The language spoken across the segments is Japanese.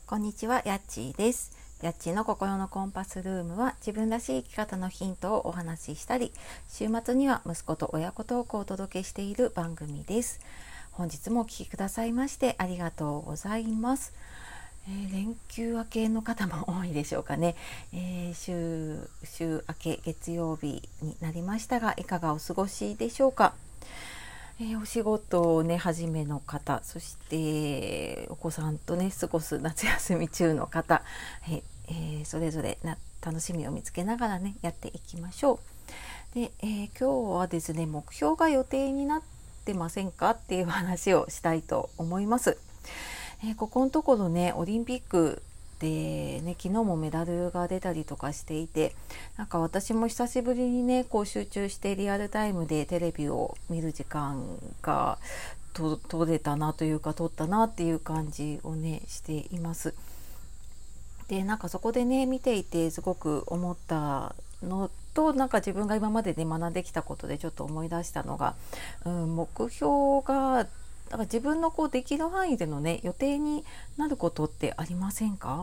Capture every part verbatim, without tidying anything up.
こんにちは、やっちーです。やっちーの心のコンパスルームは自分らしい生き方のヒントをお話ししたり、週末には息子と親子トークをお届けしている番組です。本日もお聞きくださいましてありがとうございます。えー、連休明けの方も多いでしょうかね。えー、週、週明け月曜日になりましたが、いかがお過ごしでしょうか。えー、お仕事をね始めの方、そしてお子さんとね過ごす夏休み中の方、ええー、それぞれな楽しみを見つけながらねやっていきましょう。で、えー、今日はですね、目標が予定になってませんかっていう話をしたいと思います。えー、ここのところねオリンピックでね、昨日もメダルが出たりとかしていて、なんか私も久しぶりにねこう集中してリアルタイムでテレビを見る時間がと取れたなというか取ったなっていう感じをねしています。で、なんかそこでね見ていてすごく思ったのと、なんか自分が今までね学んできたことでちょっと思い出したのが、うん、目標がだから自分のこうできる範囲でのね予定になることってありませんか？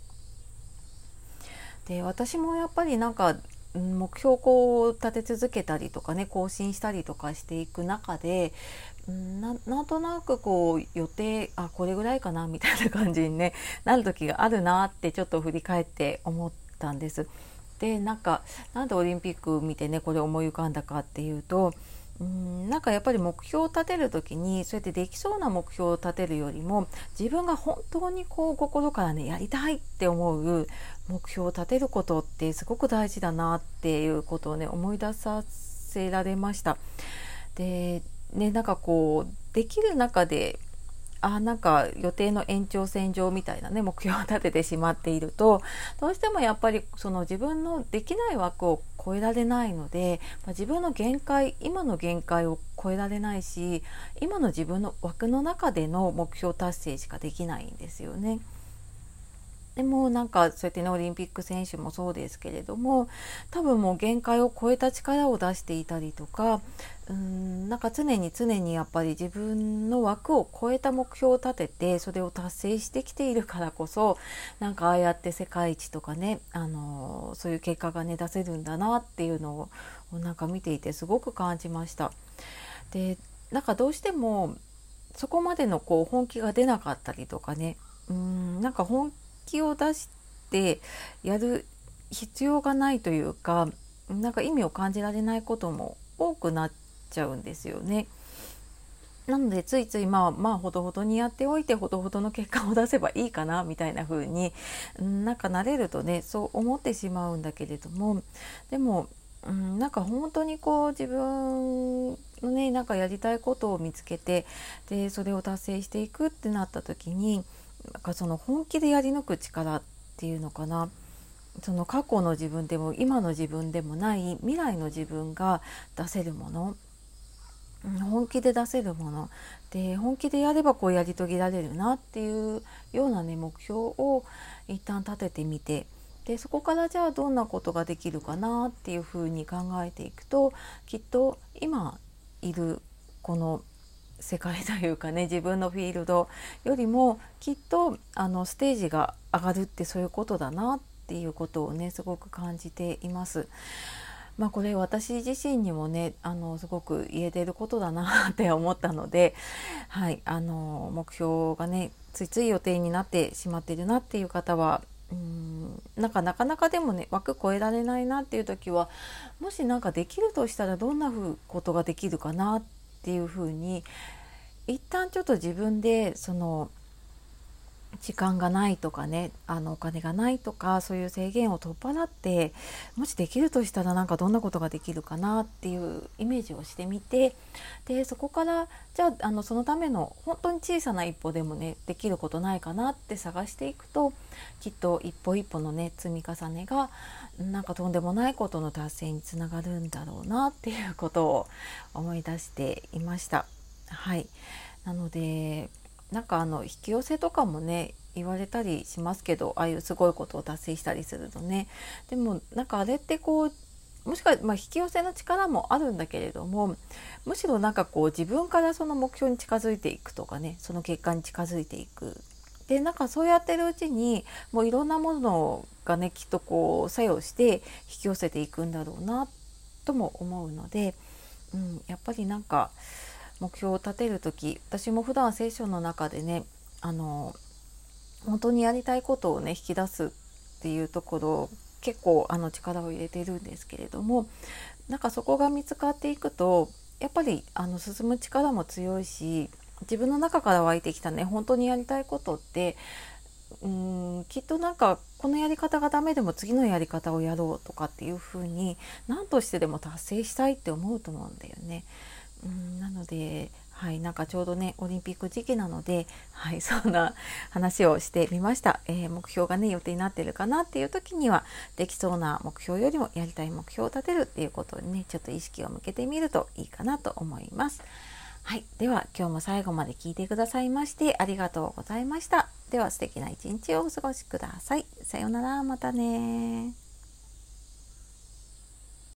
で、私もやっぱりなんか目標をこう立て続けたりとかね更新したりとかしていく中で、な, なんとなくこう予定あこれぐらいかなみたいな感じに、ね、なる時があるなってちょっと振り返って思ったんです。で、なんかなんでオリンピック見てねこれ思い浮かんだかっていうと、うーんなんかやっぱり目標を立てる時にそうやってできそうな目標を立てるよりも、自分が本当にこう心からねやりたいって思う目標を立てることってすごく大事だなっていうことをね思い出させられました。でね、なんかこうできる中であなんか予定の延長線上みたいなね目標を立ててしまっていると、どうしてもやっぱりその自分のできない枠を超えられないので、まあ、自分の限界今の限界を超えられないし、今の自分の枠の中での目標達成しかできないんですよね。でもなんかそうやってねオリンピック選手もそうですけれども、多分もう限界を超えた力を出していたりとか、うーんなんか常に常にやっぱり自分の枠を超えた目標を立ててそれを達成してきているからこそ、なんかああやって世界一とかね、あのーそういう結果がね出せるんだなっていうのをなんか見ていてすごく感じました。で、なんかどうしてもそこまでのこう本気が出なかったりとかね、うーんなんか本気を出してやる必要がないというか、なんか意味を感じられないことも多くなっちゃうんですよね。なのでついついまあまあほどほどにやっておいてほどほどの結果を出せばいいかなみたいな風に、うんなんか慣れるとねそう思ってしまうんだけれども、でもうん、なんか本当にこう自分のねなんかやりたいことを見つけて、でそれを達成していくってなった時に、なんかその本気でやり抜く力っていうのかな、その過去の自分でも今の自分でもない未来の自分が出せるもの、うん本気で出せるもので、本気でやればこうやり遂げられるなっていうようなね目標を一旦立ててみて、でそこからじゃあどんなことができるかなっていうふうに考えていくと、きっと今いるこの世界というかね自分のフィールドよりもきっとあのステージが上がるってそういうことだなっていうことをねすごく感じています。まあこれ私自身にもねあのすごく言えてることだなって思ったので、はい、あの目標がねついつい予定になってしまっているなっていう方は、うーんなんかなかなかでもね枠超えられないなっていう時は、もしなんかできるとしたらどんなふうことができるかなっていうふうに一旦ちょっと自分でその時間がないとかね、あのお金がないとかそういう制限を取っ払って、もしできるとしたらなんかどんなことができるかなっていうイメージをしてみて、でそこからじゃあ、あのそのための本当に小さな一歩でもねできることないかなって探していくと、きっと一歩一歩のね積み重ねがなんかとんでもないことの達成につながるんだろうなっていうことを思い出していました。はい、なのでなんかあの引き寄せとかもね言われたりしますけど、ああいうすごいことを達成したりするとね、でもなんかあれってこうもしかまあ引き寄せの力もあるんだけれども、むしろなんかこう自分からその目標に近づいていくとかね、その結果に近づいていくでなんかそうやってるうちにもういろんなものがねきっとこう作用して引き寄せていくんだろうなとも思うので、うん、やっぱりなんか目標を立てる時、私も普段セッションの中でねあの本当にやりたいことをね引き出すっていうところ結構あの力を入れているんですけれども、なんかそこが見つかっていくとやっぱりあの進む力も強いし、自分の中から湧いてきたね本当にやりたいことってうーんきっとなんかこのやり方がダメでも次のやり方をやろうとかっていう風に何としてでも達成したいって思うと思うんだよね。うんなので、はい、なんかちょうどねオリンピック時期なので、はい、そんな話をしてみました。えー、目標がね予定になってるかなっていう時にはできそうな目標よりもやりたい目標を立てるっていうことにねちょっと意識を向けてみるといいかなと思います。はい、では今日も最後まで聞いてくださいましてありがとうございました。では素敵な一日をお過ごしください。さようなら、またね。